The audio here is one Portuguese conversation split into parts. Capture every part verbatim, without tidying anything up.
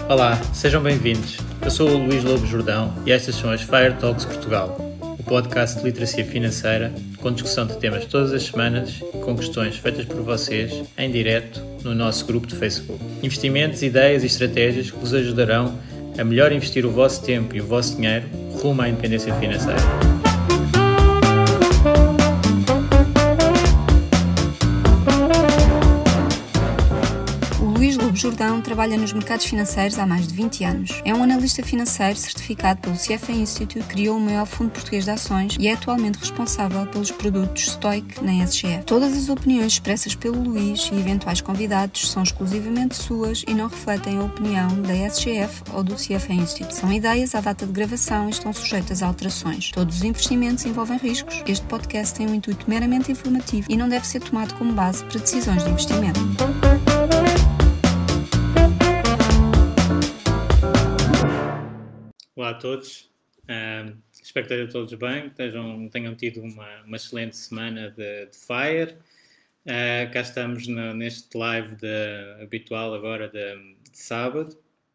Olá, sejam bem-vindos. Eu sou o Luís Lobo Jordão e estas são as Fire Talks Portugal, o podcast de literacia financeira com discussão de temas todas as semanas e com questões feitas por vocês em direto no nosso grupo de Facebook. Investimentos, ideias e estratégias que vos ajudarão a melhor investir o vosso tempo e o vosso dinheiro rumo à independência financeira. Jordão trabalha nos mercados financeiros há mais de vinte anos. É um analista financeiro certificado pelo C F A Institute, criou o maior fundo português de ações e é atualmente responsável pelos produtos Stoic na S G F. Todas as opiniões expressas pelo Luís e eventuais convidados são exclusivamente suas e não refletem a opinião da S G F ou do C F A Institute. São ideias à data de gravação e estão sujeitas a alterações. Todos os investimentos envolvem riscos. Este podcast tem um intuito meramente informativo e não deve ser tomado como base para decisões de investimento. Olá a todos, uh, espero que estejam todos bem, que estejam, tenham tido uma, uma excelente semana de, de Fire. Uh, cá estamos no, neste live de, habitual agora de, de sábado,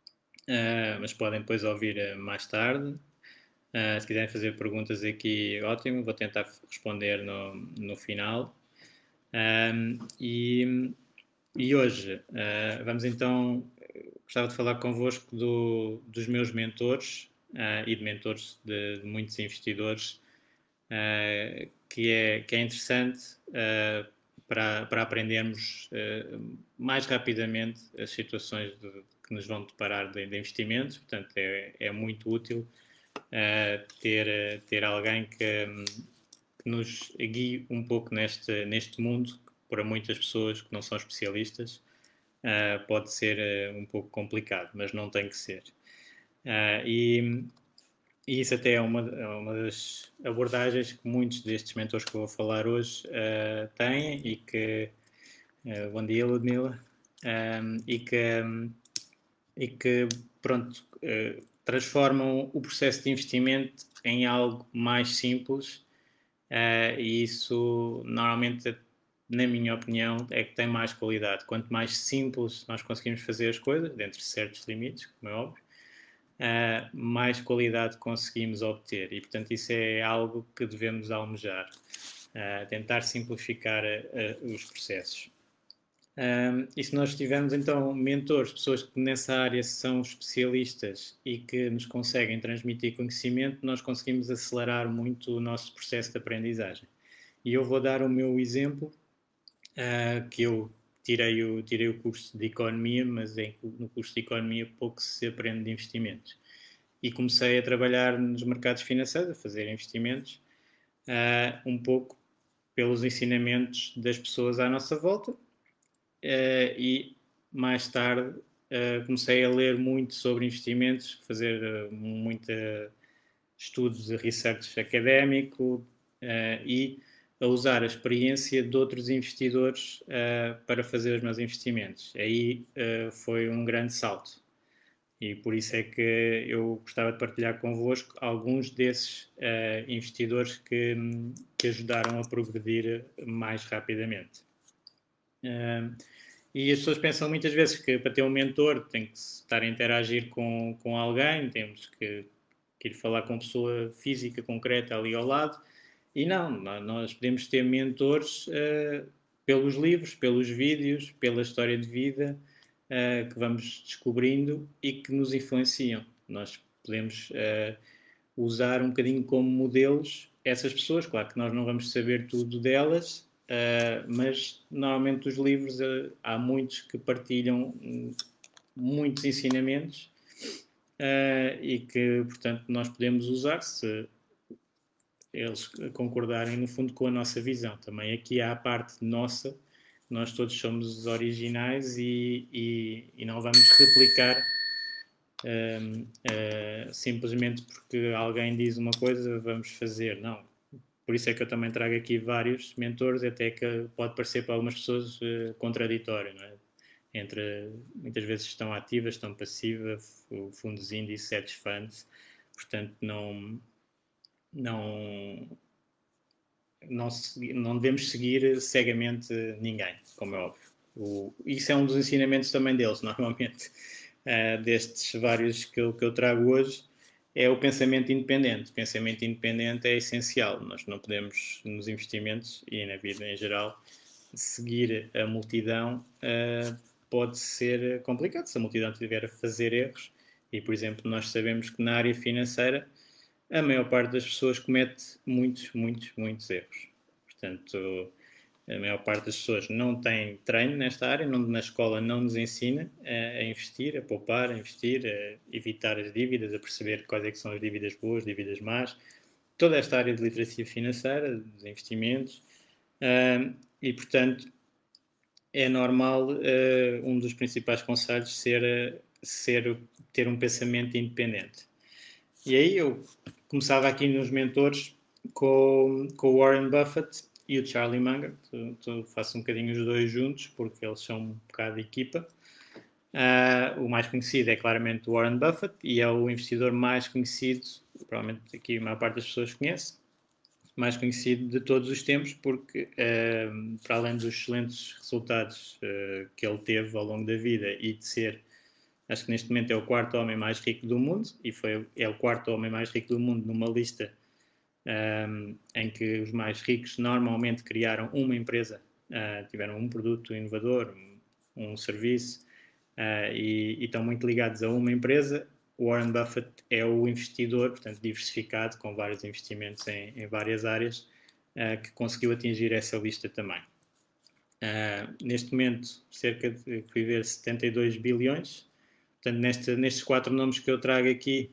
uh, mas podem depois ouvir uh, mais tarde. Uh, se quiserem fazer perguntas aqui, ótimo, vou tentar responder no, no final. Um, e, e hoje uh, vamos então, gostava de falar convosco do, dos meus mentores. Uh, e de mentores de, de muitos investidores, uh, que, é, que é interessante uh, para, para aprendermos uh, mais rapidamente as situações de, que nos vão deparar de, de investimentos. Portanto, é, é muito útil uh, ter, ter alguém que, que nos guie um pouco neste, neste mundo, que para muitas pessoas que não são especialistas uh, pode ser uh, um pouco complicado, mas não tem que ser. Uh, e, e isso até é uma, é uma das abordagens que muitos destes mentores que eu vou falar hoje uh, têm e que, uh, bom dia Ludmila, um, e que, um, e que pronto, uh, transformam o processo de investimento em algo mais simples uh, e isso normalmente, na minha opinião, é que tem mais qualidade. Quanto mais simples nós conseguimos fazer as coisas, dentro de certos limites, como é óbvio, Uh, mais qualidade conseguimos obter e, portanto, isso é algo que devemos almejar, uh, tentar simplificar uh, uh, os processos. Um, e se nós tivermos, então, mentores, pessoas que nessa área são especialistas e que nos conseguem transmitir conhecimento, nós conseguimos acelerar muito o nosso processo de aprendizagem. E eu vou dar o meu exemplo, uh, que eu Tirei o, tirei o curso de Economia, mas em, no curso de Economia pouco se aprende de investimentos. E comecei a trabalhar nos mercados financeiros, a fazer investimentos, uh, um pouco pelos ensinamentos das pessoas à nossa volta. Uh, e mais tarde uh, comecei a ler muito sobre investimentos, fazer uh, muitos estudos de research académico uh, e a usar a experiência de outros investidores uh, para fazer os meus investimentos. Aí uh, foi um grande salto. E por isso é que eu gostava de partilhar convosco alguns desses uh, investidores que, que ajudaram a progredir mais rapidamente. Uh, e as pessoas pensam muitas vezes que para ter um mentor tem que estar a interagir com, com alguém, temos que, que ir falar com pessoa física concreta ali ao lado. E não, nós podemos ter mentores uh, pelos livros, pelos vídeos, pela história de vida uh, que vamos descobrindo e que nos influenciam. Nós podemos uh, usar um bocadinho como modelos essas pessoas. Claro que nós não vamos saber tudo delas, uh, mas normalmente os livros uh, há muitos que partilham um, muitos ensinamentos uh, e que, portanto, nós podemos usar se eles concordarem, no fundo, com a nossa visão. Também aqui há a parte nossa, nós todos somos originais e, e, e não vamos replicar um, uh, simplesmente porque alguém diz uma coisa, vamos fazer. Não. Por isso é que eu também trago aqui vários mentores, até que pode parecer para algumas pessoas uh, contraditório, não é? Entre, muitas vezes estão ativas, estão passivas, fundos índices, hedge funds, portanto, não... Não, não, não devemos seguir cegamente ninguém, como é óbvio. O, isso é um dos ensinamentos também deles, normalmente. uh, destes vários que eu, que eu trago hoje, é o pensamento independente. O pensamento independente é essencial. Nós não podemos, nos investimentos e na vida em geral, seguir a multidão. Uh, pode ser complicado se a multidão estiver a fazer erros. E, por exemplo, nós sabemos que na área financeira a maior parte das pessoas comete muitos, muitos, muitos erros. Portanto, a maior parte das pessoas não tem treino nesta área, não, na escola não nos ensina a, a investir, a poupar, a investir, a evitar as dívidas, a perceber quais é que são as dívidas boas, dívidas más. Toda esta área de literacia financeira, dos investimentos. Uh, e, portanto, é normal uh, um dos principais conselhos ser, ser ter um pensamento independente. E aí eu começava aqui nos mentores com, com o Warren Buffett e o Charlie Munger. Tu, tu faço um bocadinho os dois juntos, porque eles são um bocado de equipa. Uh, o mais conhecido é claramente o Warren Buffett e é o investidor mais conhecido, provavelmente aqui a maior parte das pessoas conhece, mais conhecido de todos os tempos, porque uh, para além dos excelentes resultados uh, que ele teve ao longo da vida e de ser, acho que neste momento é o quarto homem mais rico do mundo, e foi, é o quarto homem mais rico do mundo numa lista um, em que os mais ricos normalmente criaram uma empresa, uh, tiveram um produto inovador, um, um serviço, uh, e, e estão muito ligados a uma empresa. O Warren Buffett é o investidor, portanto, diversificado, com vários investimentos em, em várias áreas, uh, que conseguiu atingir essa lista também. Uh, neste momento, cerca de viver setenta e dois bilhões. Portanto, neste, nestes quatro nomes que eu trago aqui,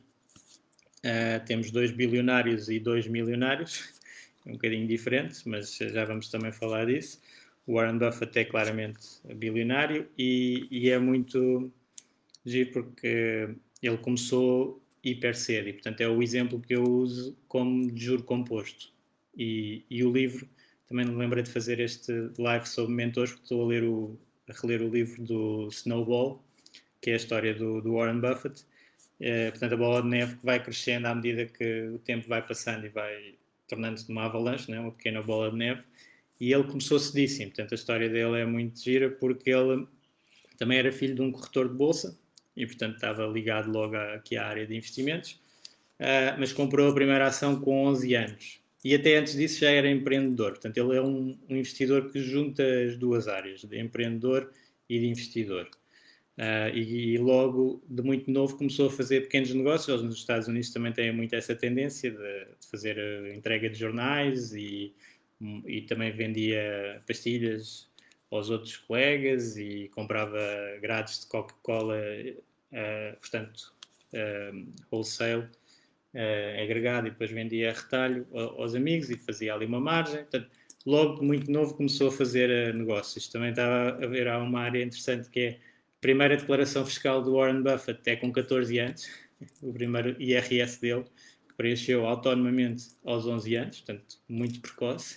uh, temos dois bilionários e dois milionários, um bocadinho diferente, mas já vamos também falar disso. O Warren Buffett é claramente bilionário e, e é muito giro porque ele começou hiper cedo e, portanto, é o exemplo que eu uso como de juro composto. E, e o livro, também me lembrei de fazer este live sobre mentores, porque estou a, ler o, a reler o livro do Snowball, que é a história do, do Warren Buffett. É, portanto, a bola de neve que vai crescendo à medida que o tempo vai passando e vai tornando-se uma avalanche, né? Uma pequena bola de neve. E ele começou cedíssimo. Portanto, a história dele é muito gira porque ele também era filho de um corretor de bolsa e, portanto, estava ligado logo aqui à área de investimentos, uh, mas comprou a primeira ação com onze anos. E até antes disso já era empreendedor. Portanto, ele é um, um investidor que junta as duas áreas, de empreendedor e de investidor. Uh, e, e logo, de muito novo, começou a fazer pequenos negócios. Eles nos Estados Unidos também têm muito essa tendência de, de fazer a entrega de jornais e, e também vendia pastilhas aos outros colegas e comprava grades de Coca-Cola, uh, portanto, uh, wholesale, uh, agregado, e depois vendia a retalho aos amigos e fazia ali uma margem. Portanto, logo, muito novo, começou a fazer uh, negócios. Também estava a ver, há uma área interessante que é a primeira declaração fiscal do Warren Buffett é com catorze anos, o primeiro I R S dele, que preencheu autonomamente aos onze anos, portanto, muito precoce.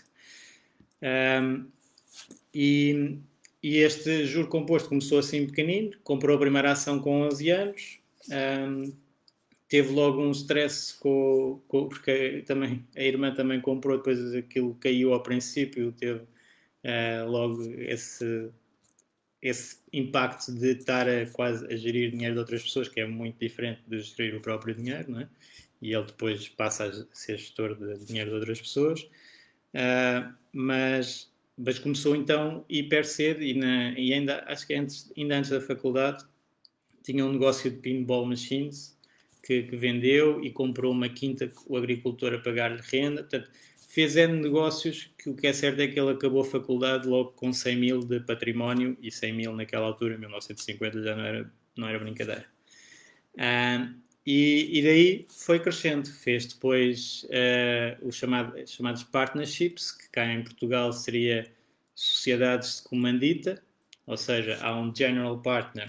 Um, e, e este juro composto começou assim pequenino, comprou a primeira ação com onze anos, um, teve logo um stress com, com, porque também, a irmã também comprou, depois aquilo caiu ao princípio, teve uh, logo esse, esse impacto de estar a, quase a gerir dinheiro de outras pessoas, que é muito diferente de gerir o próprio dinheiro, não é? E ele depois passa a ser gestor de dinheiro de outras pessoas. Uh, mas, mas começou então hiper cedo e, na, e ainda, acho que antes, ainda antes da faculdade tinha um negócio de pinball machines que, que vendeu e comprou uma quinta com o agricultor a pagar-lhe renda. Portanto, fez N negócios, que o que é certo é que ele acabou a faculdade logo com cem mil de património, e cem mil naquela altura, em mil novecentos e cinquenta, já não era, não era brincadeira. Uh, E, e daí foi crescendo. Fez depois uh, os chamado, chamados partnerships, que cá em Portugal seria sociedades de comandita, ou seja, há um general partner,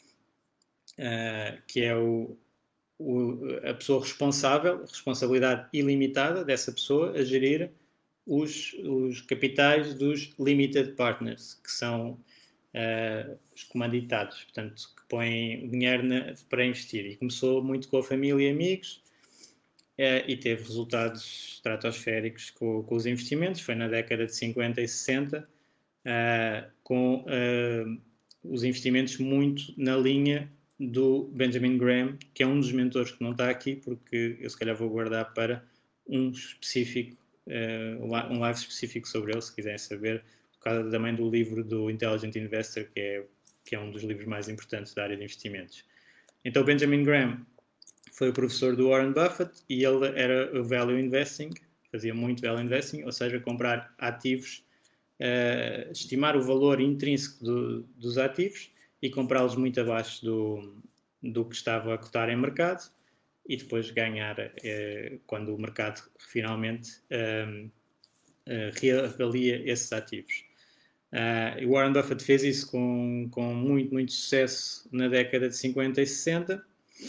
uh, que é o, o, a pessoa responsável, responsabilidade ilimitada dessa pessoa a gerir os, os capitais dos limited partners, que são Uh, os comanditados, portanto, que põem dinheiro na, para investir. E começou muito com a família e amigos uh, e teve resultados estratosféricos com, com os investimentos. Foi na década de cinquenta e sessenta, uh, com uh, os investimentos muito na linha do Benjamin Graham, que é um dos mentores que não está aqui, porque eu se calhar vou guardar para um específico, uh, um live específico sobre ele, se quiserem saber, por causa também do livro do Intelligent Investor, que é, que é um dos livros mais importantes da área de investimentos. Então, Benjamin Graham foi o professor do Warren Buffett e ele era o value investing, fazia muito value investing, ou seja, comprar ativos, uh, estimar o valor intrínseco do, dos ativos e comprá-los muito abaixo do, do que estava a cotar em mercado e depois ganhar uh, quando o mercado finalmente uh, uh, reavalia esses ativos. Uh, o Warren Buffett fez isso com, com muito, muito sucesso na década de cinquenta e sessenta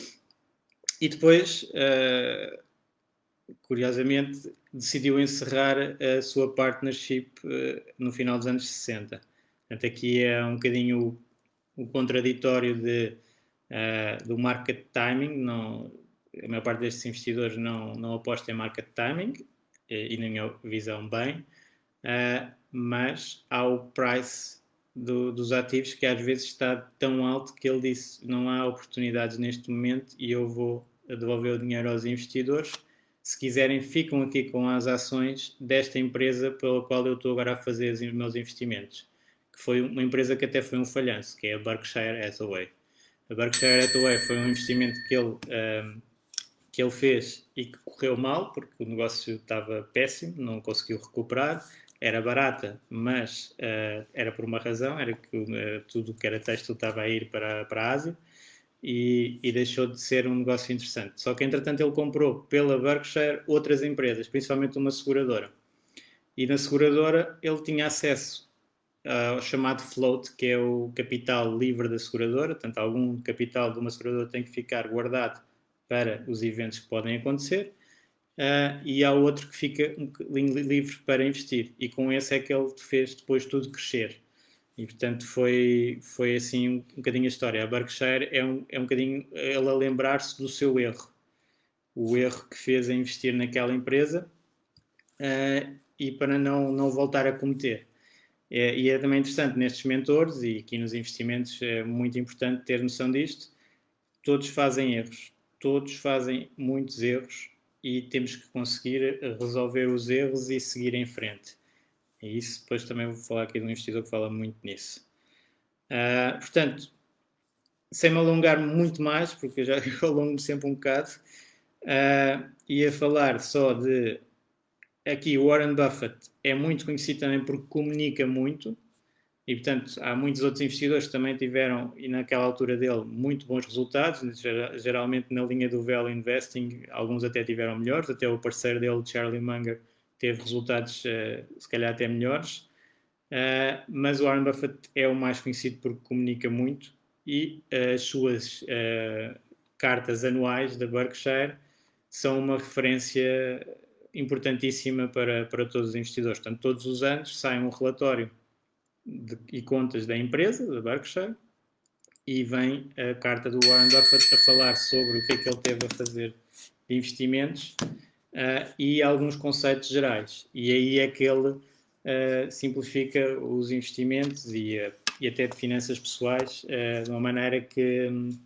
e depois, uh, curiosamente, decidiu encerrar a sua partnership uh, no final dos anos sessenta. Portanto, aqui é um bocadinho o, o contraditório de, uh, do market timing. Não, a maior parte destes investidores não, não aposta em market timing, e, e na minha visão bem, uh, mas há o price do, dos ativos que às vezes está tão alto que ele disse não há oportunidades neste momento e eu vou devolver o dinheiro aos investidores. Se quiserem, ficam aqui com as ações desta empresa pela qual eu estou agora a fazer os meus investimentos, que foi uma empresa que até foi um falhanço, que é a Berkshire Hathaway. A Berkshire Hathaway foi um investimento que ele, um, que ele fez e que correu mal, porque o negócio estava péssimo, não conseguiu recuperar, era barata, mas uh, era por uma razão, era que uh, tudo que era têxtil estava a ir para, para a Ásia, E, e deixou de ser um negócio interessante. Só que, entretanto, ele comprou pela Berkshire outras empresas, principalmente uma seguradora. E na seguradora ele tinha acesso ao chamado float, que é o capital livre da seguradora. Portanto, algum capital de uma seguradora tem que ficar guardado para os eventos que podem acontecer. Uh, e há outro que fica um livre para investir. E com esse é que ele fez depois tudo crescer. E, portanto, foi, foi assim um, um bocadinho a história. A Berkshire é um, é um bocadinho ele a lembrar-se do seu erro. O erro que fez em investir naquela empresa uh, e para não, não voltar a cometer. É, e é também interessante nestes mentores e aqui nos investimentos é muito importante ter noção disto. Todos fazem erros. Todos fazem muitos erros e temos que conseguir resolver os erros e seguir em frente. E isso depois também vou falar aqui de um investidor que fala muito nisso. Uh, portanto, sem me alongar muito mais, porque eu já alongo sempre um bocado, uh, ia falar só de... Aqui o Warren Buffett é muito conhecido também porque comunica muito, e portanto há muitos outros investidores que também tiveram, e naquela altura dele, muito bons resultados, geralmente na linha do value investing, alguns até tiveram melhores, até o parceiro dele, Charlie Munger, teve resultados, uh, se calhar, até melhores. Uh, mas o Warren Buffett é o mais conhecido porque comunica muito e uh, as suas uh, cartas anuais da Berkshire são uma referência importantíssima para, para todos os investidores. Portanto, todos os anos sai um relatório de, e contas da empresa, da Berkshire, e vem a carta do Warren Buffett a falar sobre o que é que ele teve a fazer de investimentos Uh, e alguns conceitos gerais. E aí é que ele uh, simplifica os investimentos e, uh, e até de finanças pessoais uh, de uma maneira que,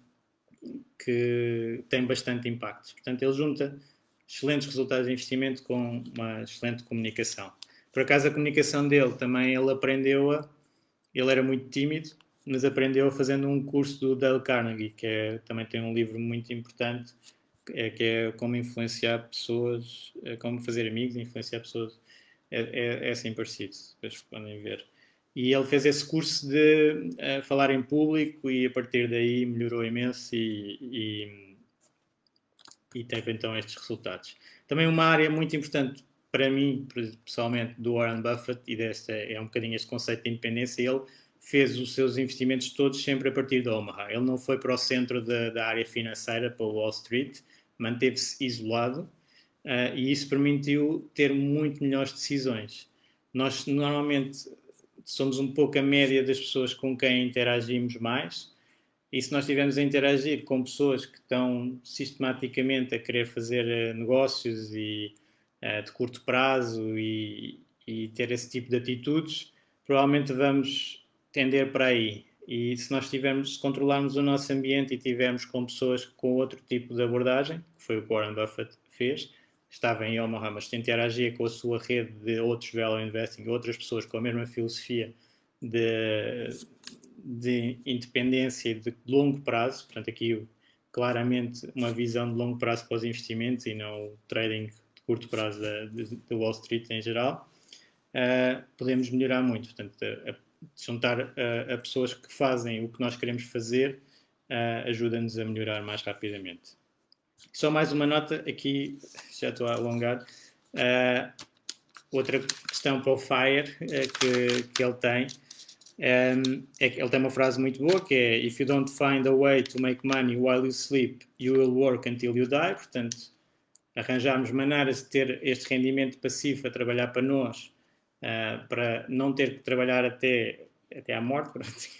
que tem bastante impacto. Portanto, ele junta excelentes resultados de investimento com uma excelente comunicação. Por acaso, a comunicação dele também ele aprendeu a... Ele era muito tímido, mas aprendeu fazendo um curso do Dale Carnegie, que é, também tem um livro muito importante, É, que é como influenciar pessoas, é como fazer amigos e influenciar pessoas. É, é, é assim parecido, depois podem ver. E ele fez esse curso de uh, falar em público e a partir daí melhorou imenso e, e, e teve então estes resultados. Também uma área muito importante para mim, pessoalmente, do Warren Buffett, e desta é um bocadinho este conceito de independência, ele fez os seus investimentos todos sempre a partir de Omaha. Ele não foi para o centro da, da área financeira, para o Wall Street, manteve-se isolado uh, e isso permitiu ter muito melhores decisões. Nós normalmente somos um pouco a média das pessoas com quem interagimos mais e se nós estivermos a interagir com pessoas que estão sistematicamente a querer fazer uh, negócios e, uh, de curto prazo e, e ter esse tipo de atitudes, provavelmente vamos tender para aí. E se nós tivermos, se controlarmos o nosso ambiente e tivermos com pessoas com outro tipo de abordagem, que foi o que Warren Buffett fez, estava em Omaha, mas se interagir com a sua rede de outros value investing, outras pessoas com a mesma filosofia de, de independência e de longo prazo, portanto aqui claramente uma visão de longo prazo para os investimentos e não o trading de curto prazo da, de, de Wall Street em geral, uh, podemos melhorar muito. Portanto, a, a juntar a, a pessoas que fazem o que nós queremos fazer uh, ajuda-nos a melhorar mais rapidamente. Só mais uma nota, aqui já estou a alongar. Uh, outra questão para o FIRE uh, que, que ele tem, um, é que ele tem uma frase muito boa que é: If you don't find a way to make money while you sleep, you will work until you die. Portanto, arranjarmos maneiras de ter este rendimento passivo a trabalhar para nós, uh, para não ter que trabalhar até, até à morte.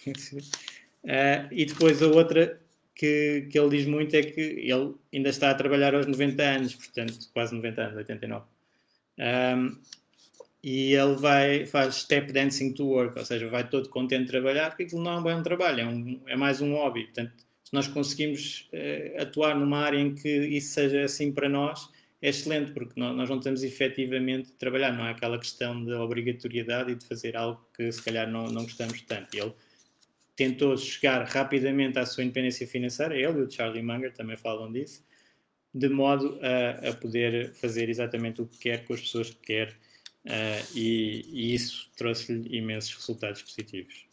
uh, e depois a outra que, que ele diz muito é que ele ainda está a trabalhar aos noventa anos, portanto, quase noventa anos, oitenta e nove. Um, e ele vai, faz step dancing to work, ou seja, vai todo contente de trabalhar, porque aquilo não é um bom trabalho, é, um, é mais um hobby. Portanto, se nós conseguimos uh, atuar numa área em que isso seja assim para nós, é excelente, porque nós, nós não estamos efetivamente a trabalhar, não é aquela questão de obrigatoriedade e de fazer algo que se calhar não, não gostamos tanto. E ele tentou chegar rapidamente à sua independência financeira, ele e o Charlie Munger também falam disso, de modo a, a poder fazer exatamente o que quer com as pessoas que quer, uh, e, e isso trouxe-lhe imensos resultados positivos.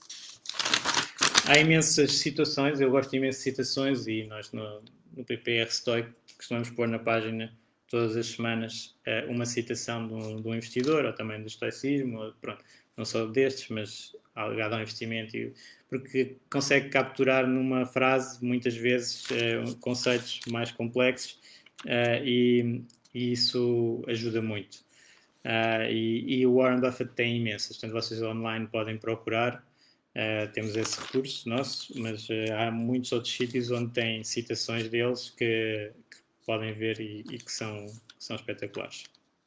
Há imensas citações, eu gosto de imensas citações, e nós no, no P P R Stoic costumamos pôr na página todas as semanas uh, uma citação de um, de um investidor, ou também do estoicismo, ou, pronto, não só destes, mas ligado ao investimento, e, porque consegue capturar numa frase, muitas vezes, uh, conceitos mais complexos, uh, e, e isso ajuda muito. Uh, e, e o Warren Buffett tem imensas, portanto vocês online podem procurar, uh, temos esse recurso nosso, mas uh, há muitos outros sítios onde tem citações deles que, que podem ver e, e que são, são espetaculares.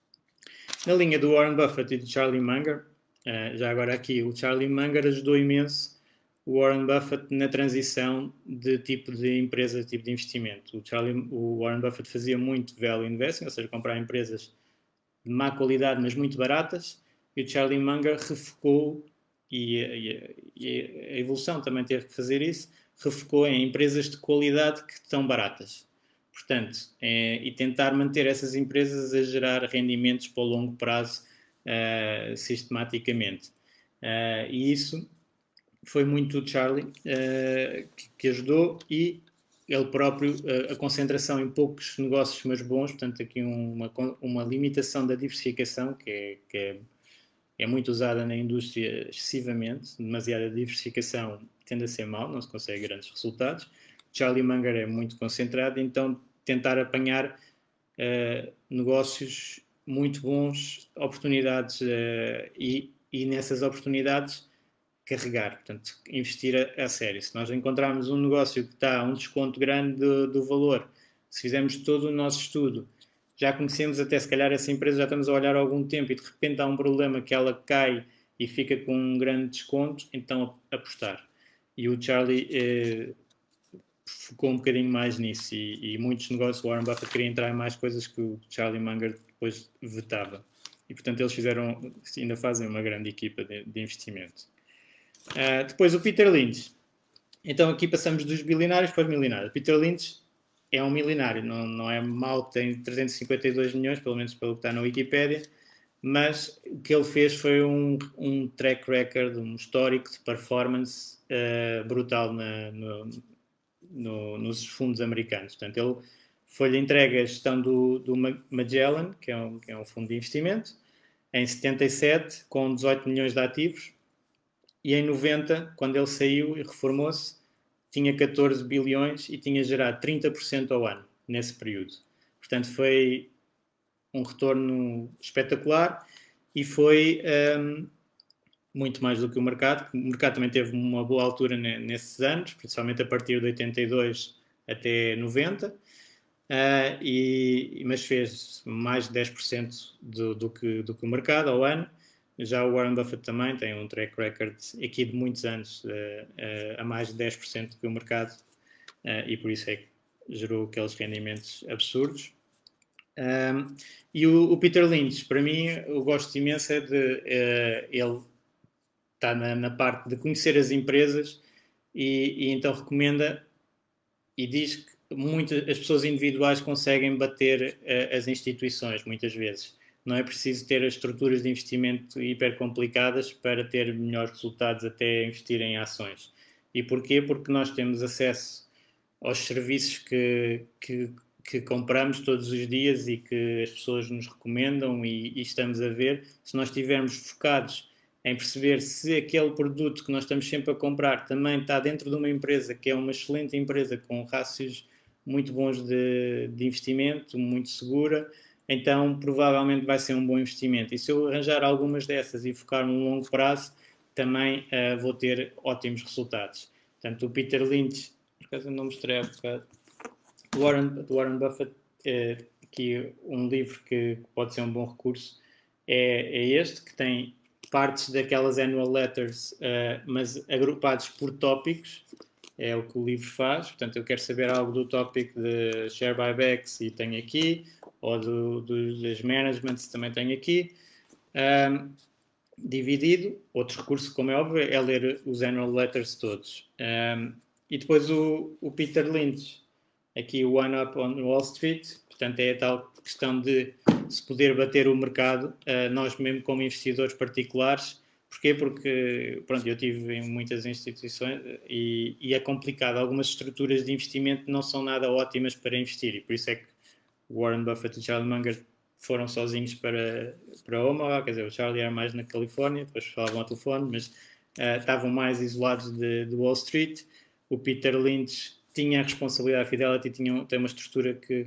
Na linha do Warren Buffett e do Charlie Munger, Uh, já agora aqui, o Charlie Munger ajudou imenso o Warren Buffett na transição de tipo de empresa, de tipo de investimento. O, Charlie, o Warren Buffett fazia muito value investing, ou seja, comprar empresas de má qualidade, mas muito baratas, e o Charlie Munger refocou, e, e, e a evolução também teve que fazer isso, refocou em empresas de qualidade que estão baratas. Portanto, é, e tentar manter essas empresas a gerar rendimentos para o longo prazo, Uh, sistematicamente. Uh, e isso foi muito o Charlie uh, que, que ajudou, e ele próprio, uh, a concentração em poucos negócios, mas bons, portanto aqui uma, uma limitação da diversificação, que, é, que é, é muito usada na indústria excessivamente. Demasiada diversificação tende a ser mau, não se consegue grandes resultados. Charlie Munger é muito concentrado, então tentar apanhar uh, negócios muito bons, oportunidades, uh, e, e nessas oportunidades carregar, portanto, investir a, a sério. Se nós encontrarmos um negócio que está a um desconto grande do, do valor, se fizermos todo o nosso estudo, já conhecemos até se calhar essa empresa, já estamos a olhar há algum tempo, e de repente há um problema que ela cai e fica com um grande desconto, então apostar. E o Charlie eh, focou um bocadinho mais nisso, e, e muitos negócios, o Warren Buffett queria entrar em mais coisas que o Charlie Munger depois vetava. E, portanto, eles fizeram, ainda fazem uma grande equipa de, de investimento. Uh, depois o Peter Lynch. Então aqui passamos dos bilionários para os milionários. Peter Lynch é um milionário, não, não é mau, tem trezentos e cinquenta e dois milhões, pelo menos pelo que está na Wikipédia, mas o que ele fez foi um, um track record, um histórico de performance uh, brutal na, no, no, nos fundos americanos. Portanto, ele foi-lhe entregue a gestão do, do Magellan, que é, um, que é um fundo de investimento, em setenta e sete, com dezoito milhões de ativos, e em noventa, quando ele saiu e reformou-se, tinha catorze bilhões e tinha gerado trinta por cento ao ano, nesse período. Portanto, foi um retorno espetacular, e foi um, muito mais do que o mercado. O mercado também teve uma boa altura nesses anos, principalmente a partir de oitenta e dois até noventa, Uh, e, mas fez mais de dez por cento do, do, que, do que o mercado ao ano, Já o Warren Buffett também tem um track record aqui de muitos anos, uh, uh, a mais de dez por cento do mercado, uh, e por isso é que gerou aqueles rendimentos absurdos. Um, e o, o Peter Lynch, para mim, eu gosto imenso é de uh, ele está na, na parte de conhecer as empresas e, e então recomenda e diz que muitas, as pessoas individuais conseguem bater uh, as instituições, muitas vezes. Não é preciso ter as estruturas de investimento hiper complicadas para ter melhores resultados até investir em ações. E porquê? Porque nós temos acesso aos serviços que, que, que compramos todos os dias e que as pessoas nos recomendam e, e estamos a ver. Se nós estivermos focados em perceber se aquele produto que nós estamos sempre a comprar também está dentro de uma empresa que é uma excelente empresa com rácios muito bons de, de investimento, muito segura, então provavelmente vai ser um bom investimento. E se eu arranjar algumas dessas e focar num longo prazo, também uh, vou ter ótimos resultados. Portanto, o Peter Lynch, por acaso eu não mostrei há bocado, o Warren, Warren Buffett, uh, que um livro que pode ser um bom recurso, é, é este, que tem partes daquelas annual letters, uh, mas agrupados por tópicos, é o que o livro faz. Portanto, eu quero saber algo do tópico de share buybacks e tenho aqui, ou do, do, das managements também tenho aqui. Um, dividido. Outro recurso, como é óbvio, é ler os annual letters todos. Um, e depois o, o Peter Lynch, aqui o One Up on Wall Street, portanto é a tal questão de se poder bater o mercado, uh, nós mesmo como investidores particulares. Porquê? Porque pronto, eu estive em muitas instituições e, e é complicado. Algumas estruturas de investimento não são nada ótimas para investir e por isso é que o Warren Buffett e o Charlie Munger foram sozinhos para, para Omaha. Quer dizer, o Charlie era mais na Califórnia, depois falavam ao telefone, mas uh, estavam mais isolados de, de Wall Street. O Peter Lynch tinha a responsabilidade, a Fidelity tinha, tem uma estrutura que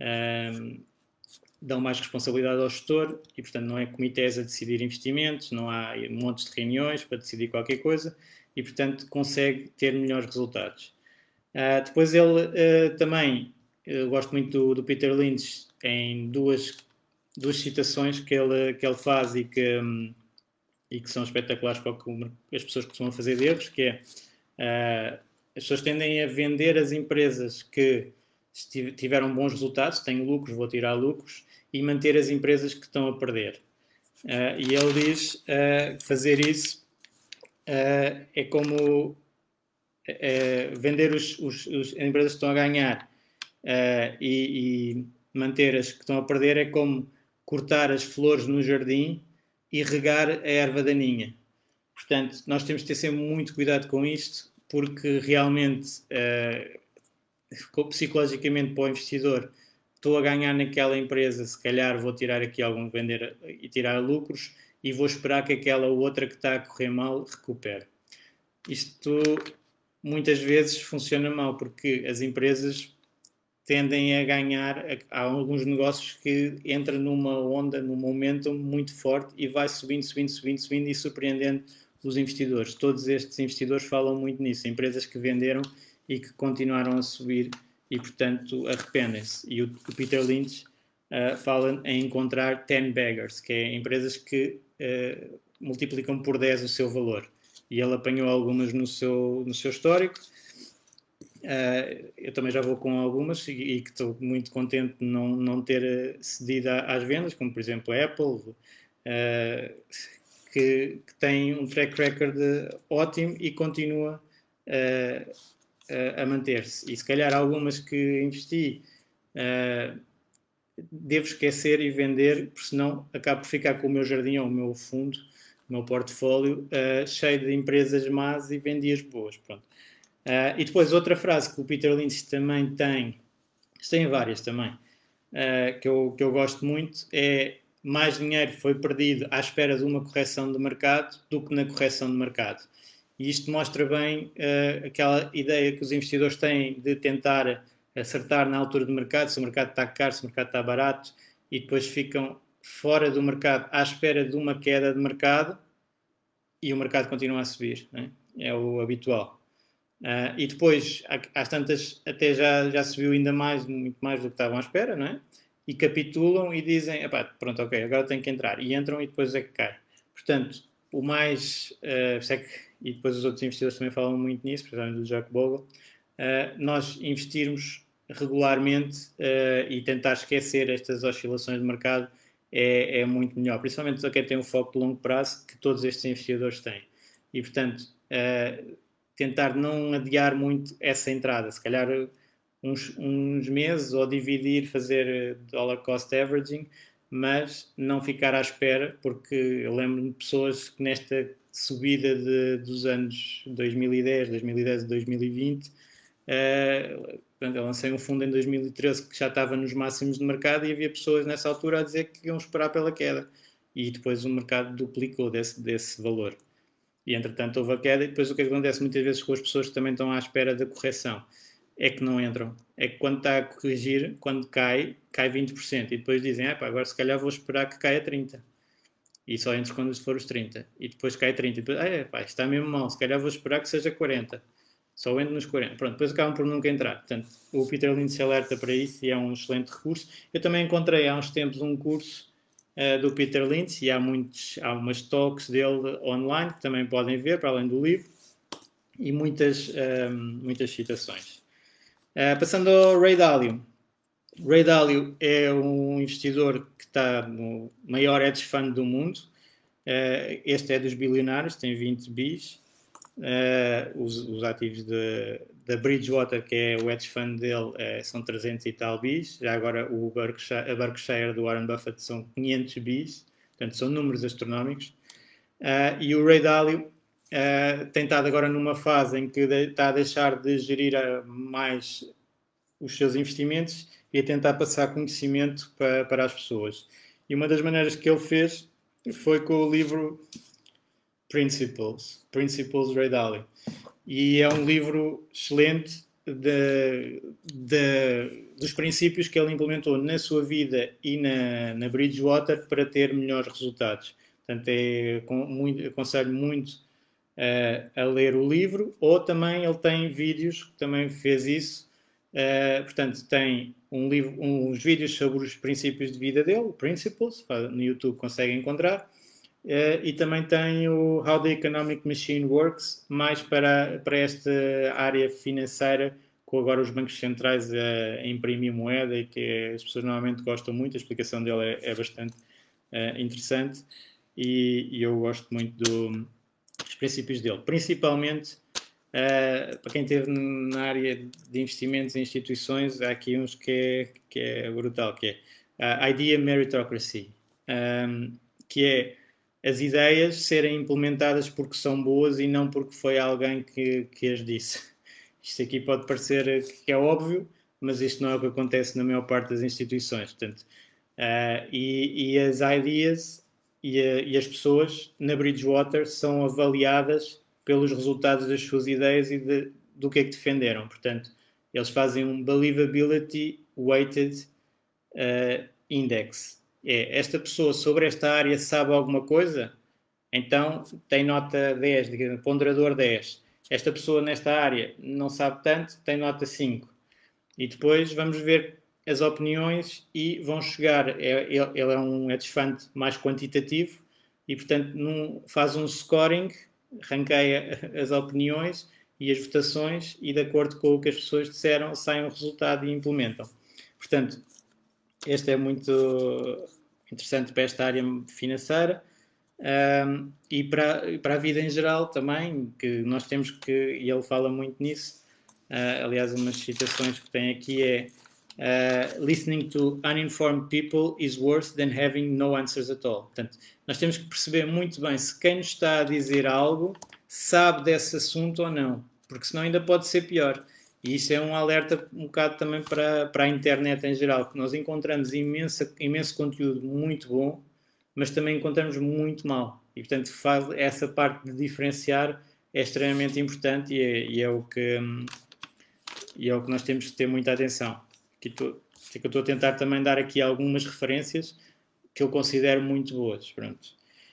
um, dão mais responsabilidade ao gestor e, portanto, não é comitês a decidir investimentos, não há montes de reuniões para decidir qualquer coisa e, portanto, consegue ter melhores resultados. Uh, depois ele uh, também, eu gosto muito do, do Peter Lynch em duas, duas citações que ele, que ele faz e que, um, e que são espetaculares para o que as pessoas costumam fazer de erros, que é uh, as pessoas tendem a vender as empresas que tiveram bons resultados, têm lucros, vou tirar lucros, e manter as empresas que estão a perder. Uh, e ele diz uh, fazer isso uh, é como uh, vender os, os, os, as empresas que estão a ganhar uh, e, e manter as que estão a perder é como cortar as flores no jardim e regar a erva daninha. Portanto, nós temos de ter sempre muito cuidado com isto, porque realmente, uh, psicologicamente para o investidor, estou a ganhar naquela empresa, se calhar vou tirar aqui algum, vender e tirar lucros e vou esperar que aquela outra que está a correr mal recupere. Isto muitas vezes funciona mal, porque as empresas tendem a ganhar, há alguns negócios que entram numa onda, num momentum muito forte e vai subindo, subindo, subindo, subindo e surpreendendo os investidores. Todos estes investidores falam muito nisso, empresas que venderam e que continuaram a subir e, portanto, arrependem-se. E o, o Peter Lynch uh, fala em encontrar ten baggers, que é empresas que uh, multiplicam por dez o seu valor. E ele apanhou algumas no seu, no seu histórico. Uh, eu também já vou com algumas e, e que estou muito contente de não, não ter cedido às vendas, como, por exemplo, a Apple, uh, que, que tem um track record ótimo e continua uh, uh, a manter-se. E se calhar algumas que investi uh, devo esquecer e vender, porque senão acabo por ficar com o meu jardim ou o meu fundo, o meu portfólio uh, cheio de empresas más e vendi as boas. Pronto. Uh, e depois outra frase que o Peter Lynch também tem, tem várias também, uh, que, eu, que eu gosto muito, é: mais dinheiro foi perdido à espera de uma correção de mercado do que na correção de mercado. E isto mostra bem uh, aquela ideia que os investidores têm de tentar acertar na altura do mercado, se o mercado está caro, se o mercado está barato, e depois ficam fora do mercado à espera de uma queda de mercado e o mercado continua a subir, né? É o habitual. Uh, e depois, às tantas, até já, já subiu ainda mais, muito mais do que estavam à espera, não é? E capitulam e dizem, pronto, ok, agora tenho que entrar. E entram e depois é que cai. Portanto, o mais, uh, é que, e depois os outros investidores também falam muito nisso, principalmente do Jack Bogle, uh, nós investirmos regularmente uh, e tentar esquecer estas oscilações de mercado é, é muito melhor, principalmente para quem tem um foco de longo prazo que todos estes investidores têm. E, portanto, uh, tentar não adiar muito essa entrada, se calhar uns, uns meses, ou dividir, fazer dollar cost averaging, mas não ficar à espera, porque eu lembro-me de pessoas que nesta subida de, dos anos dois mil e dez, dois mil e dez e dois mil e vinte, uh, eu lancei um fundo em dois mil e treze que já estava nos máximos de mercado e havia pessoas nessa altura a dizer que iam esperar pela queda, e depois o mercado duplicou desse, desse valor. E entretanto houve a queda, e depois o que acontece muitas vezes com as pessoas que também estão à espera da correção é que não entram. É que quando está a corrigir, quando cai, cai vinte por cento. E depois dizem, ah, pá, agora se calhar vou esperar que caia trinta por cento. E só entro quando for os trinta por cento. E depois cai trinta por cento. E depois, ah, pá, está mesmo mal, se calhar vou esperar que seja quarenta por cento. Só entro nos quarenta por cento. Pronto, depois acabam por nunca entrar. Portanto, o Peter Lynch alerta para isso e é um excelente recurso. Eu também encontrei há uns tempos um curso uh, do Peter Lynch e há, muitos, há umas talks dele online que também podem ver, para além do livro, e muitas, um, muitas citações. Uh, passando ao Ray Dalio. Ray Dalio é um investidor que está no maior hedge fund do mundo. Uh, este é dos bilionários, tem vinte bis. Uh, os, os ativos da Bridgewater, que é o hedge fund dele, uh, são trezentos e tal bis. Já agora o Berkshire, a Berkshire do Warren Buffett são quinhentos bis. Portanto, são números astronómicos. Uh, e o Ray Dalio Uh, tem estado agora numa fase em que de, está a deixar de gerir a, mais os seus investimentos e a tentar passar conhecimento para, para as pessoas. E uma das maneiras que ele fez foi com o livro Principles, Principles Ray Dalio. E é um livro excelente de, de, dos princípios que ele implementou na sua vida e na, na Bridgewater para ter melhores resultados. Portanto, é, com, muito, aconselho muito Uh, a ler o livro, ou também ele tem vídeos que também fez isso. Uh, portanto, tem um livro, uns vídeos sobre os princípios de vida dele, Principles, no YouTube consegue encontrar, uh, e também tem o How the Economic Machine Works, mais para, para esta área financeira, com agora os bancos centrais a, a imprimir moeda, e que as pessoas normalmente gostam muito. A explicação dele é, é bastante uh, interessante, e, e eu gosto muito do os princípios dele, principalmente uh, para quem esteve na área de investimentos em instituições. Há aqui uns que é, que é brutal, que é a Idea Meritocracy, um, que é as ideias serem implementadas porque são boas e não porque foi alguém que, que as disse. Isto aqui pode parecer que é óbvio, mas isto não é o que acontece na maior parte das instituições. Portanto, uh, e, e as ideas E, a, e as pessoas na Bridgewater são avaliadas pelos resultados das suas ideias e de, do que é que defenderam. Portanto, eles fazem um Believability Weighted uh, Index. É, esta pessoa sobre esta área sabe alguma coisa? Então tem nota dez, digamos, ponderador dez. Esta pessoa nesta área não sabe tanto, tem nota cinco. E depois vamos ver as opiniões e vão chegar. Ele, ele é um hedge fund mais quantitativo e, portanto, num, faz um scoring, ranqueia as opiniões e as votações, e de acordo com o que as pessoas disseram, sai um resultado e implementam. Portanto, este é muito interessante para esta área financeira, um, e para, para a vida em geral também, que nós temos que, e ele fala muito nisso. Uh, aliás, umas citações que tem aqui é Uh, listening to uninformed people is worse than having no answers at all. Portanto, nós temos que perceber muito bem se quem nos está a dizer algo sabe desse assunto ou não, porque senão ainda pode ser pior. E isso é um alerta um bocado também para, para a internet em geral, que nós encontramos imensa, imenso conteúdo muito bom, mas também encontramos muito mal. E, portanto, faz, essa parte de diferenciar é extremamente importante, e é, e é, o, que, e é o que nós temos que ter muita atenção. Que, tô, que eu estou a tentar também dar aqui algumas referências que eu considero muito boas. Pronto.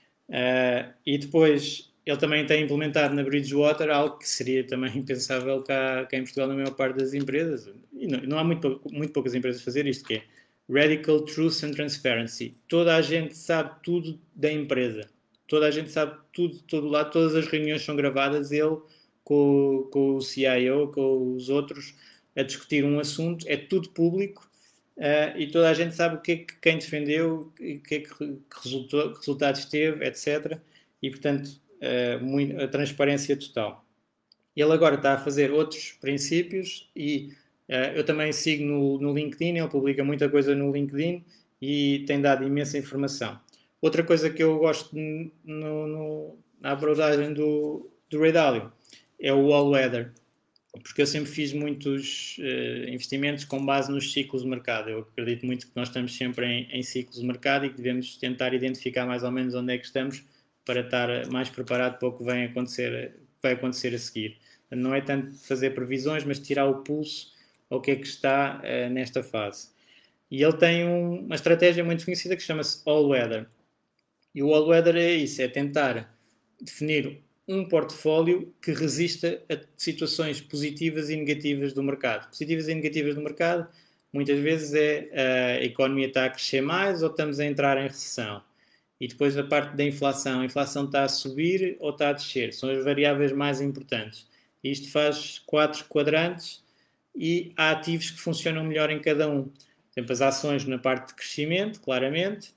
Uh, e depois ele também tem implementado na Bridgewater algo que seria também impensável cá, cá em Portugal, na maior parte das empresas. E não, não há muito, muito poucas empresas a fazer isto, que é Radical Truth and Transparency. Toda a gente sabe tudo da empresa. toda a gente sabe tudo, todo lado, todas as reuniões são gravadas, ele com, com o C I O, com os outros, a discutir um assunto, é tudo público, uh, e toda a gente sabe o que é que quem defendeu, o que é que, que, resultou, que resultados teve, etcétera. E, portanto, uh, muito, a transparência total. Ele agora está a fazer outros princípios e uh, eu também sigo no, no LinkedIn, ele publica muita coisa no LinkedIn e tem dado imensa informação. Outra coisa que eu gosto no, no, na abordagem do, do Ray Dalio é o All Weather, porque eu sempre fiz muitos uh, investimentos com base nos ciclos de mercado. Eu acredito muito que nós estamos sempre em, em ciclos de mercado e que devemos tentar identificar mais ou menos onde é que estamos para estar mais preparado para o que vem acontecer, vai acontecer a seguir. Não é tanto fazer previsões, mas tirar o pulso ao que é que está uh, nesta fase. E ele tem um, uma estratégia muito conhecida que chama-se All Weather. E o All Weather é isso, é tentar definir um portfólio que resista a situações positivas e negativas do mercado. Positivas e negativas do mercado, muitas vezes é a economia está a crescer mais ou estamos a entrar em recessão. E depois a parte da inflação. A inflação está a subir ou está a descer. São as variáveis mais importantes. Isto faz quatro quadrantes e há ativos que funcionam melhor em cada um. Por exemplo, as ações na parte de crescimento, claramente.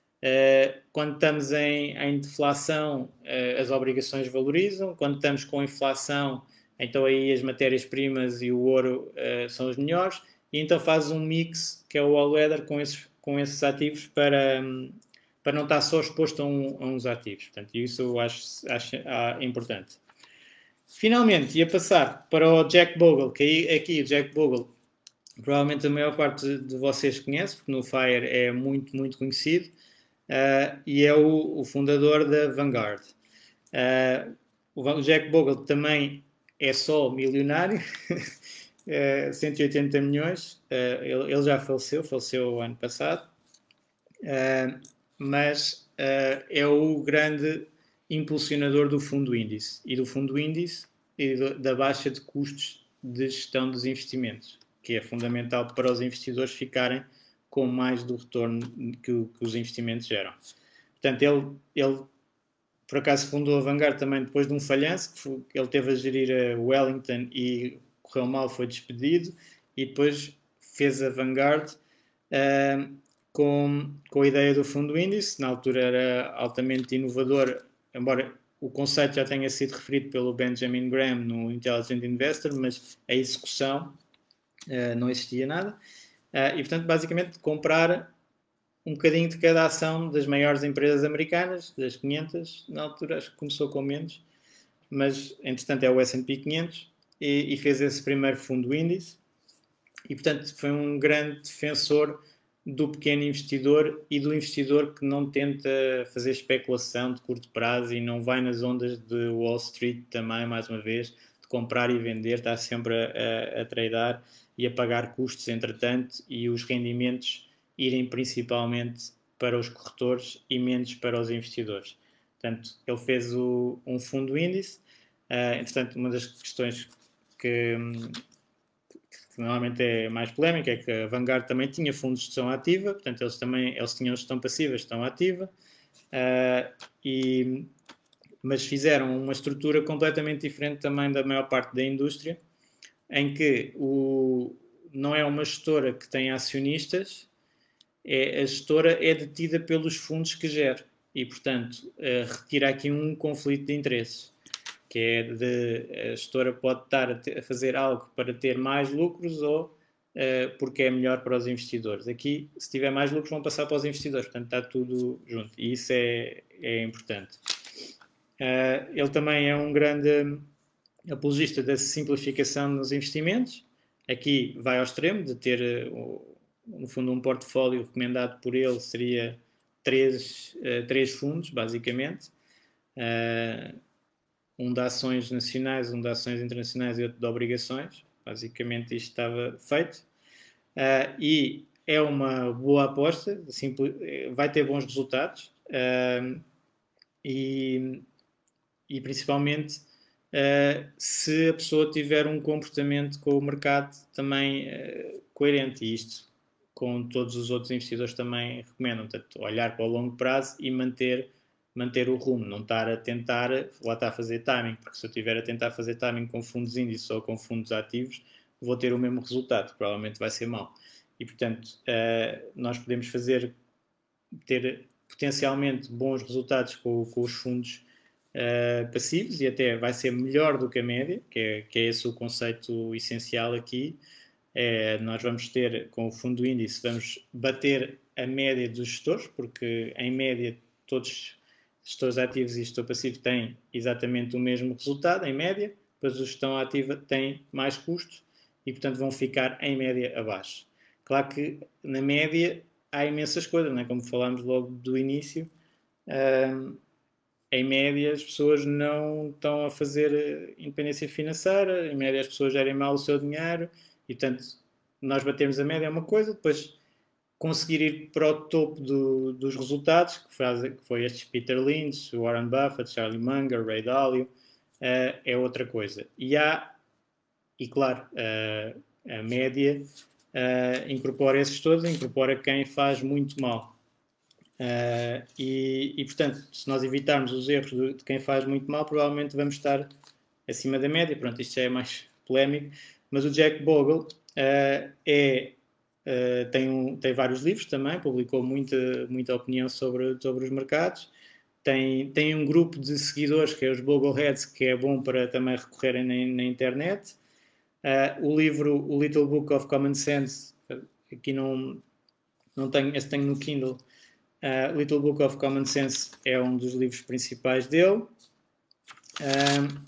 Uh, quando estamos em, em deflação, uh, as obrigações valorizam. Quando estamos com inflação, então aí as matérias-primas e o ouro uh, são os melhores. E então faz um mix, que é o All Weather, com esses, com esses ativos para... Um, para não estar só exposto a, um, a uns ativos. Portanto, isso eu acho, acho ah, importante. Finalmente, ia passar para o Jack Bogle, que aí, aqui o Jack Bogle, provavelmente a maior parte de vocês conhece, porque no Fire é muito, muito conhecido, uh, e é o, o fundador da Vanguard. Uh, o Jack Bogle também é só milionário, uh, cento e oitenta milhões, uh, ele, ele já faleceu, faleceu o ano passado, uh, mas uh, é o grande impulsionador do fundo índice e do fundo índice e do, da baixa de custos de gestão dos investimentos, que é fundamental para os investidores ficarem com mais do retorno que, que os investimentos geram. Portanto, ele, ele por acaso fundou a Vanguard também depois de um falhanço, que foi, ele teve a gerir a Wellington e correu mal, foi despedido, e depois fez a Vanguard uh, Com, com a ideia do fundo índice. Na altura era altamente inovador, embora o conceito já tenha sido referido pelo Benjamin Graham no Intelligent Investor, mas a execução uh, não existia nada. Uh, e, portanto, basicamente, comprar um bocadinho de cada ação das maiores empresas americanas, das quinhentas, na altura acho que começou com menos, mas, entretanto, é o S and P quinhentos, e, e fez esse primeiro fundo índice. E, portanto, foi um grande defensor do pequeno investidor e do investidor que não tenta fazer especulação de curto prazo e não vai nas ondas de Wall Street também, mais uma vez, de comprar e vender, está sempre a, a, a tradar e a pagar custos, entretanto, e os rendimentos irem principalmente para os corretores e menos para os investidores. Portanto, ele fez o, um fundo índice. Uh, entretanto, uma das questões que... que normalmente é mais polémica, é que a Vanguard também tinha fundos de gestão ativa, portanto eles também eles tinham gestão passiva, gestão ativa, uh, e, mas fizeram uma estrutura completamente diferente também da maior parte da indústria, em que o, não é uma gestora que tem acionistas, é, a gestora é detida pelos fundos que gera, e portanto uh, retira aqui um conflito de interesses, que é de a gestora pode estar a, ter, a fazer algo para ter mais lucros ou uh, porque é melhor para os investidores. Aqui, se tiver mais lucros, vão passar para os investidores, portanto está tudo junto, e isso é, é importante. Uh, ele também é um grande apologista da simplificação nos investimentos. Aqui vai ao extremo de ter, uh, no fundo, um portfólio recomendado por ele seria três, uh, três fundos, basicamente. Uh, um de ações nacionais, um de ações internacionais e outro de obrigações. Basicamente isto estava feito. Uh, e é uma boa aposta, vai ter bons resultados uh, e, e principalmente uh, se a pessoa tiver um comportamento com o mercado também uh, coerente, e isto com todos os outros investidores também recomendam, portanto, olhar para o longo prazo e manter manter o rumo, não estar a tentar, lá está a fazer timing, porque se eu estiver a tentar fazer timing com fundos índices ou com fundos ativos, vou ter o mesmo resultado, provavelmente vai ser mau. E, portanto, uh, nós podemos fazer, ter potencialmente bons resultados com, com os fundos uh, passivos, e até vai ser melhor do que a média, que é, que é esse o conceito essencial aqui. É, nós vamos ter, com o fundo índice, vamos bater a média dos gestores, porque em média todos os gestores ativos e gestor passivo têm exatamente o mesmo resultado, em média, depois a gestão ativa tem mais custo e, portanto, vão ficar em média abaixo. Claro que na média há imensas coisas, não é? Como falámos logo do início, um, em média as pessoas não estão a fazer independência financeira, em média as pessoas gerem mal o seu dinheiro e, portanto, nós batemos a média é uma coisa, depois conseguir ir para o topo do, dos resultados, que, faz, que foi estes Peter Lynch, Warren Buffett, Charlie Munger, Ray Dalio, uh, é outra coisa. E há, e claro, uh, a média uh, incorpora esses todos, incorpora quem faz muito mal. Uh, e, e, portanto, se nós evitarmos os erros de, de quem faz muito mal, provavelmente vamos estar acima da média. Pronto, isto já é mais polémico, mas o Jack Bogle uh, é, uh, tem, um, tem vários livros também, publicou muita, muita opinião sobre, sobre os mercados, tem, tem um grupo de seguidores que é os Bogleheads, que é bom para também recorrerem na, na internet. Uh, o livro, o Little Book of Common Sense, aqui não, não tenho, esse tenho no Kindle. Uh, Little Book of Common Sense é um dos livros principais dele. Uh,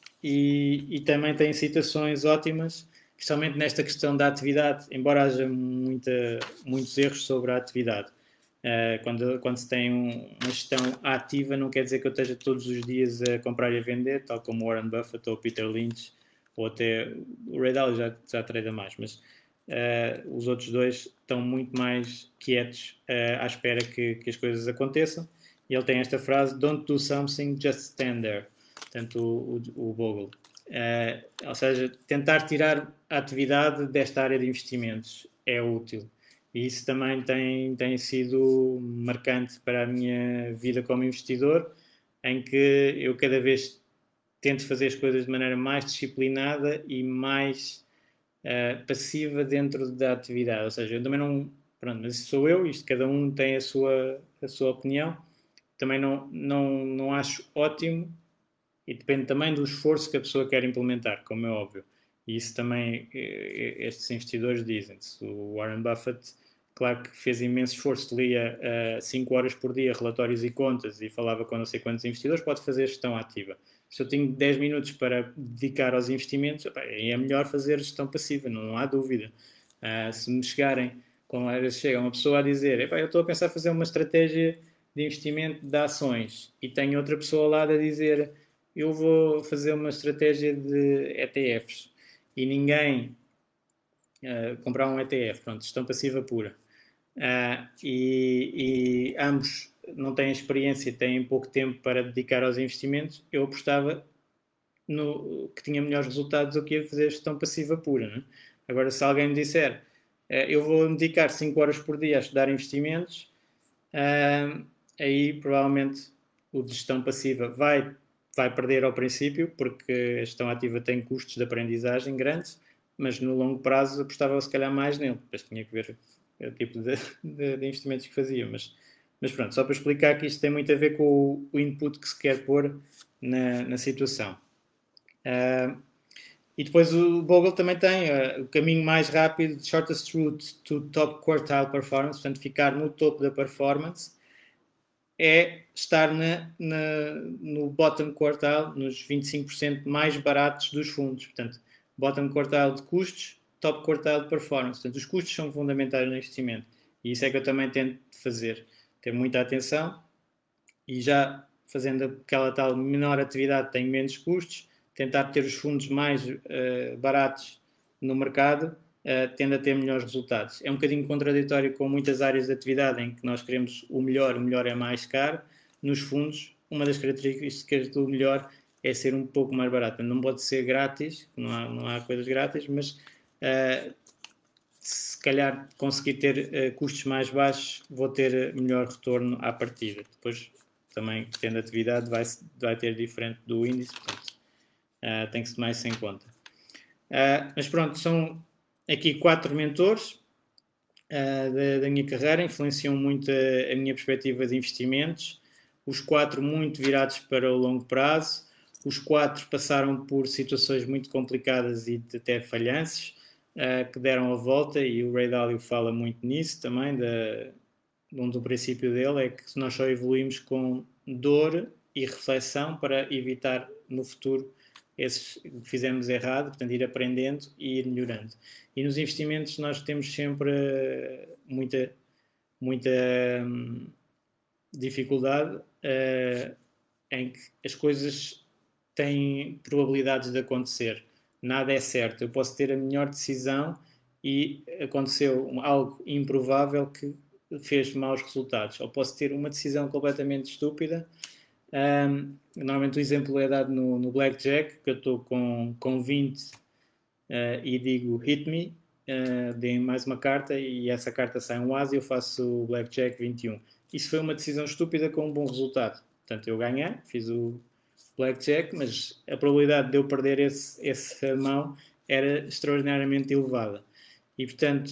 e, e também tem citações ótimas, especialmente nesta questão da atividade, embora haja muita, muitos erros sobre a atividade. Uh, quando, quando se tem um, uma gestão ativa, não quer dizer que eu esteja todos os dias a comprar e a vender, tal como Warren Buffett ou Peter Lynch, ou até o Ray Dalio já, já trada mais, mas uh, os outros dois estão muito mais quietos uh, à espera que, que as coisas aconteçam. E ele tem esta frase: "Don't do something, just stand there." Portanto, o, o, o Bogle. Uh, ou seja, tentar tirar a atividade desta área de investimentos é útil. E isso também tem, tem sido marcante para a minha vida como investidor, em que eu cada vez tento fazer as coisas de maneira mais disciplinada e mais uh, passiva dentro da atividade. Ou seja, eu também não... Pronto, mas isso sou eu, isto cada um tem a sua, a sua opinião. Também não, não, não acho ótimo, e depende também do esforço que a pessoa quer implementar, como é óbvio. E isso também estes investidores dizem-se. O Warren Buffett, claro que fez imenso esforço, lia cinco uh, horas por dia relatórios e contas e falava com não sei quantos investidores, pode fazer gestão ativa. Se eu tenho dez minutos para dedicar aos investimentos, é melhor fazer gestão passiva, não, não há dúvida. Uh, se me chegarem, quando chega uma pessoa a dizer, eu estou a pensar fazer uma estratégia de investimento de ações, e tenho outra pessoa lá a dizer, eu vou fazer uma estratégia de E T Fs, e ninguém uh, comprar um E T F, pronto, gestão passiva pura, uh, e, e ambos não têm experiência e têm pouco tempo para dedicar aos investimentos, eu apostava no, que tinha melhores resultados do que ia fazer gestão passiva pura, né? Agora, se alguém me disser, uh, eu vou me dedicar cinco horas por dia a estudar investimentos, uh, aí provavelmente o de gestão passiva vai vai perder ao princípio, porque a gestão ativa tem custos de aprendizagem grandes, mas no longo prazo apostava se calhar mais nele. Depois tinha que ver o tipo de, de, de investimentos que fazia. Mas, mas pronto, só para explicar que isto tem muito a ver com o, o input que se quer pôr na, na situação. Uh, e depois o Bogle também tem uh, o caminho mais rápido, shortest route to top quartile performance, portanto ficar no topo da performance, é estar na, na, no bottom quartile, nos vinte e cinco por cento mais baratos dos fundos. Portanto, bottom quartile de custos, top quartile de performance. Portanto, os custos são fundamentais no investimento. E isso é que eu também tento fazer. Ter muita atenção e já fazendo aquela tal menor atividade tem menos custos, tentar ter os fundos mais uh, baratos no mercado, Uh, tende a ter melhores resultados. É um bocadinho contraditório com muitas áreas de atividade em que nós queremos o melhor, o melhor é mais caro. Nos fundos, uma das características do melhor é ser um pouco mais barato. Não pode ser grátis, não há, não há coisas grátis, mas uh, se calhar conseguir ter uh, custos mais baixos, vou ter melhor retorno à partida. Depois também tendo atividade vai, vai ter diferente do índice, portanto uh, tem que se tomar isso em conta. Uh, mas pronto, são aqui quatro mentores uh, da, da minha carreira, influenciam muito a, a minha perspectiva de investimentos, os quatro muito virados para o longo prazo, os quatro passaram por situações muito complicadas e de até falhanças, uh, que deram a volta, e o Ray Dalio fala muito nisso também, da, um do princípio dele, é que nós só evoluímos com dor e reflexão para evitar no futuro esses que fizemos errado, portanto ir aprendendo e ir melhorando. E nos investimentos nós temos sempre muita, muita hum, dificuldade uh, em que as coisas têm probabilidades de acontecer. Nada é certo. Eu posso ter a melhor decisão e aconteceu algo improvável que fez maus resultados. Ou posso ter uma decisão completamente estúpida. Um, normalmente o exemplo é dado no, no Blackjack, que eu estou com, com vinte uh, e digo hit me, uh, deem mais uma carta e essa carta sai um as e eu faço o Blackjack vinte e um. Isso foi uma decisão estúpida com um bom resultado. Portanto, eu ganhei, fiz o Blackjack, mas a probabilidade de eu perder esse, essa mão era extraordinariamente elevada. E, portanto,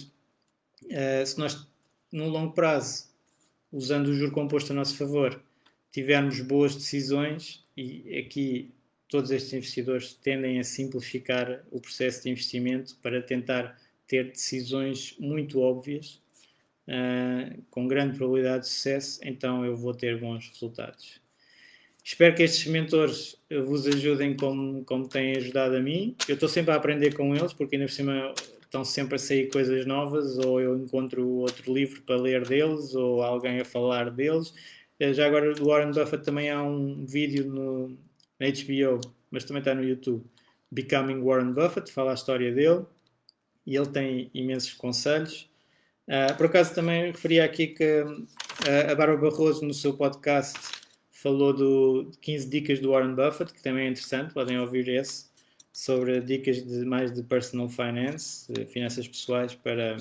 uh, se nós, no longo prazo, usando o juro composto a nosso favor, tivermos boas decisões, e aqui todos estes investidores tendem a simplificar o processo de investimento para tentar ter decisões muito óbvias, uh, com grande probabilidade de sucesso, então eu vou ter bons resultados. Espero que estes mentores vos ajudem como, como têm ajudado a mim. Eu estou sempre a aprender com eles, porque ainda por cima estão sempre a sair coisas novas, ou eu encontro outro livro para ler deles, ou alguém a falar deles. Já agora, do Warren Buffett também há um vídeo no, na H B O, mas também está no YouTube, Becoming Warren Buffett, fala a história dele, e ele tem imensos conselhos. Uh, por acaso também referia aqui que uh, a Bárbara Barroso, no seu podcast, falou do quinze dicas do Warren Buffett, que também é interessante, podem ouvir esse, sobre dicas de, mais de personal finance, de finanças pessoais, para,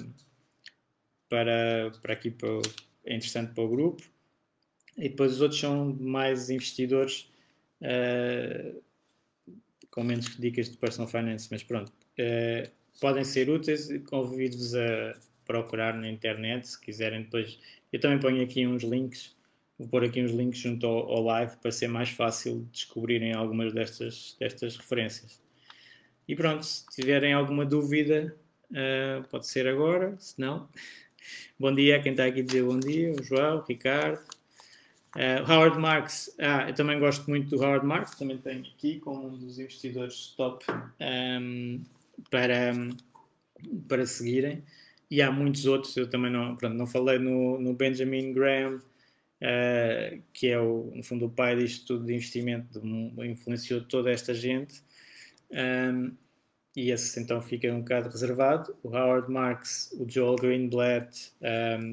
para, para aqui, para o, é interessante para o grupo. E depois os outros são mais investidores uh, com menos dicas de personal finance, mas pronto, uh, podem ser úteis. Convido-vos a procurar na internet, se quiserem depois. Eu também ponho aqui uns links, vou pôr aqui uns links junto ao, ao live para ser mais fácil descobrirem algumas destas, destas referências. E pronto, se tiverem alguma dúvida, uh, pode ser agora, se não. Bom dia a quem está aqui a dizer bom dia, o João, o Ricardo. Uh, Howard Marks, ah, eu também gosto muito do Howard Marks, também tenho aqui como um dos investidores top um, para, para seguirem, e há muitos outros. Eu também não, pronto, não falei no, no Benjamin Graham, uh, que é o, no fundo o pai disto tudo de investimento, de, influenciou toda esta gente, um, e esse então fica um bocado reservado. O Howard Marks, o Joel Greenblatt, um,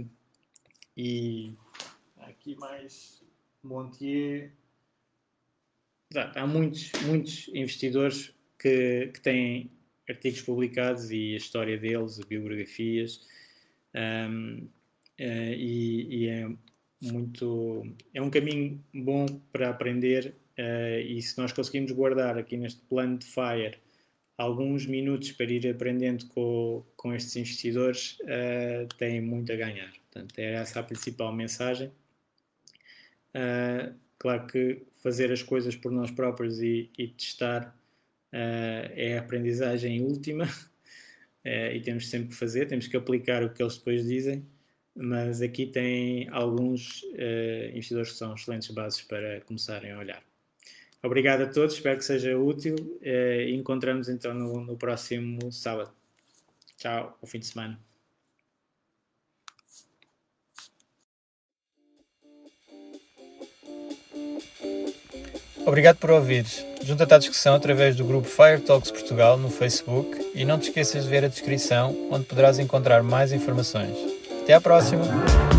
e aqui mais Montier. Há muitos, muitos investidores que, que têm artigos publicados e a história deles, biografias, um, uh, e, e é muito, é um caminho bom para aprender, uh, e se nós conseguimos guardar aqui neste plano de FIRE alguns minutos para ir aprendendo com, com estes investidores, uh, tem muito a ganhar. Portanto, é essa a principal mensagem. Uh, claro que fazer as coisas por nós próprios e, e testar uh, é a aprendizagem última, uh, e temos sempre que fazer, temos que aplicar o que eles depois dizem, mas aqui tem alguns uh, investidores que são excelentes bases para começarem a olhar. Obrigado a todos, espero que seja útil, uh, e encontramos então no, no próximo sábado. Tchau, bom fim de semana. Obrigado por ouvires. Junta-te à discussão através do grupo Fire Talks Portugal no Facebook e não te esqueças de ver a descrição, onde poderás encontrar mais informações. Até à próxima!